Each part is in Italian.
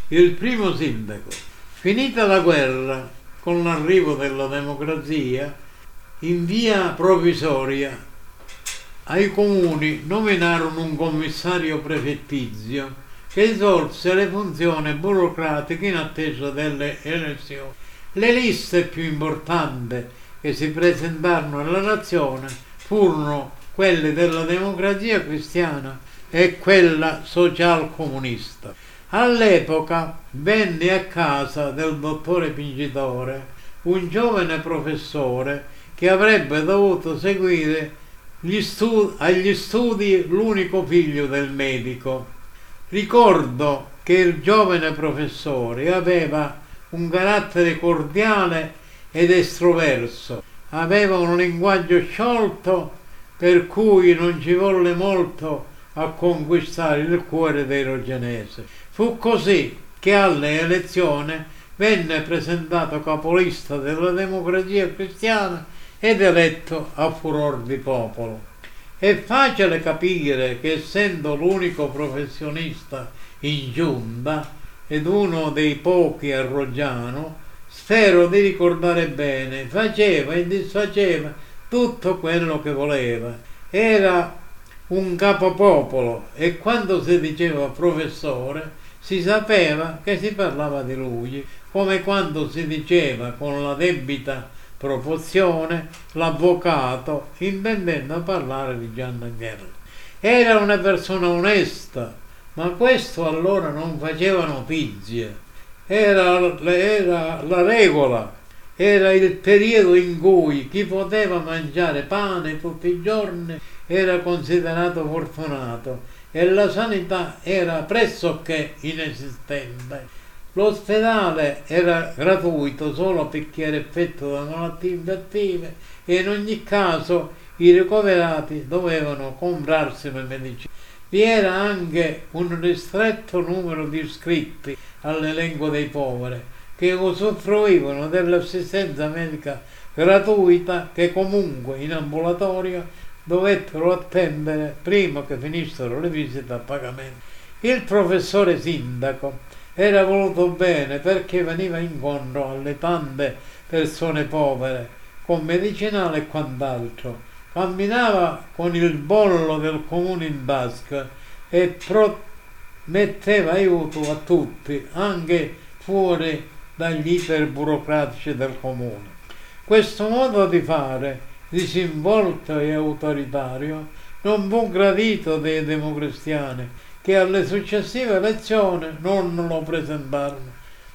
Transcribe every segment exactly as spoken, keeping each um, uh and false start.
il primo sindaco. Finita la guerra, con l'arrivo della democrazia, in via provvisoria ai comuni nominarono un commissario prefettizio che svolse le funzioni burocratiche in attesa delle elezioni. Le liste più importanti che si presentarono alla nazione furono quelle della Democrazia Cristiana e quella social-comunista. All'epoca venne a casa del dottore Pingitore un giovane professore che avrebbe dovuto seguire gli studi, agli studi l'unico figlio del medico. Ricordo che il giovane professore aveva un carattere cordiale ed estroverso, aveva un linguaggio sciolto per cui non ci volle molto a conquistare il cuore dei rogenesi. Fu così che alle elezioni venne presentato capolista della Democrazia Cristiana ed eletto a furor di popolo. È facile capire che, essendo l'unico professionista in giunta ed uno dei pochi a Roggiano, spero di ricordare bene, faceva e disfaceva tutto quello che voleva. Era un capopopolo e quando si diceva professore si sapeva che si parlava di lui, come quando si diceva con la debita proporzione l'avvocato, intendendo parlare di Gianni Anghelli. Era una persona onesta, ma questo allora non faceva notizie, era, era la regola, era il periodo in cui chi poteva mangiare pane tutti i giorni era considerato fortunato e la sanità era pressoché inesistente. L'ospedale era gratuito solo per chi era affetto da malattie infettive e in ogni caso i ricoverati dovevano comprarsi le medicine. Vi era anche un ristretto numero di iscritti all'elenco dei poveri che usufruivano dell'assistenza medica gratuita che comunque in ambulatorio dovettero attendere prima che finissero le visite a pagamento. Il professore sindaco era voluto bene perché veniva incontro alle tante persone povere con medicinale e quant'altro. Camminava con il bollo del comune in tasca e prometteva aiuto a tutti, anche fuori dagli iperburocratici del comune. Questo modo di fare, disinvolto e autoritario, non fu gradito dai democristiani, che alle successive elezioni non lo presentarono.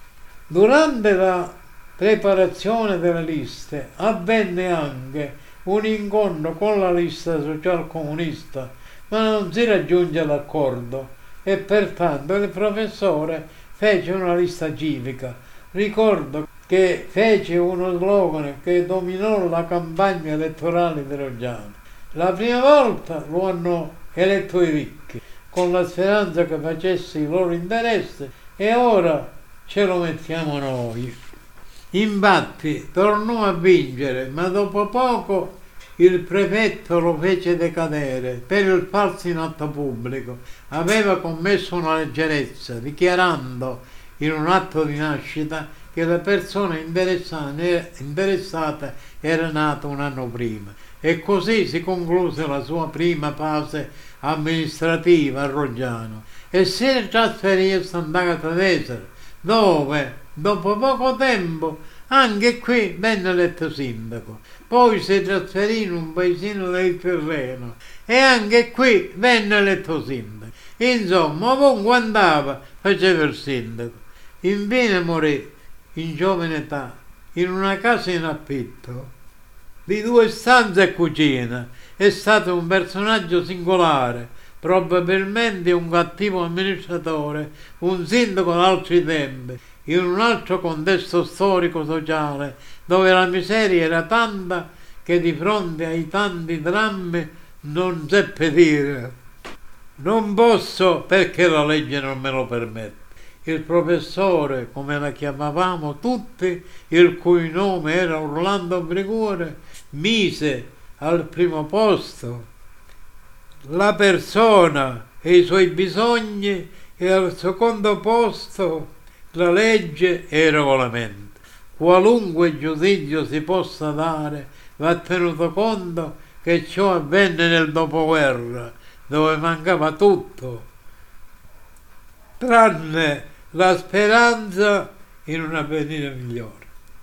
Durante la preparazione delle liste avvenne anche un incontro con la lista social-comunista, ma non si raggiunge l'accordo e pertanto il professore fece una lista civica. Ricordo che fece uno slogan che dominò la campagna elettorale di Roggiano. La prima volta lo hanno eletto i ricchi, con la speranza che facesse i loro interessi, e ora ce lo mettiamo noi. Infatti tornò a vincere, ma dopo poco il prefetto lo fece decadere per il falso in atto pubblico. Aveva commesso una leggerezza, dichiarando in un atto di nascita che la persona interessata era nata un anno prima. E così si concluse la sua prima fase amministrativa a Roggiano e si trasferì a Sant'Agata d'Esere, dove dopo poco tempo anche qui venne eletto sindaco. Poi si trasferì in un paesino del Tirreno e anche qui venne eletto sindaco. Insomma, ovunque andava faceva il sindaco. Infine morì in giovane età in una casa in affitto di due stanze e cucina. È stato un personaggio singolare, probabilmente un cattivo amministratore, un sindaco d'altri tempi, in un altro contesto storico-sociale, dove la miseria era tanta che di fronte ai tanti drammi non seppe dire: non posso perché la legge non me lo permette. Il professore, come la chiamavamo tutti, il cui nome era Orlando Brigore, mise al primo posto la persona e i suoi bisogni e al secondo posto tra legge e regolamento. Qualunque giudizio si possa dare, va tenuto conto che ciò avvenne nel dopoguerra, dove mancava tutto, tranne la speranza in un avvenire migliore.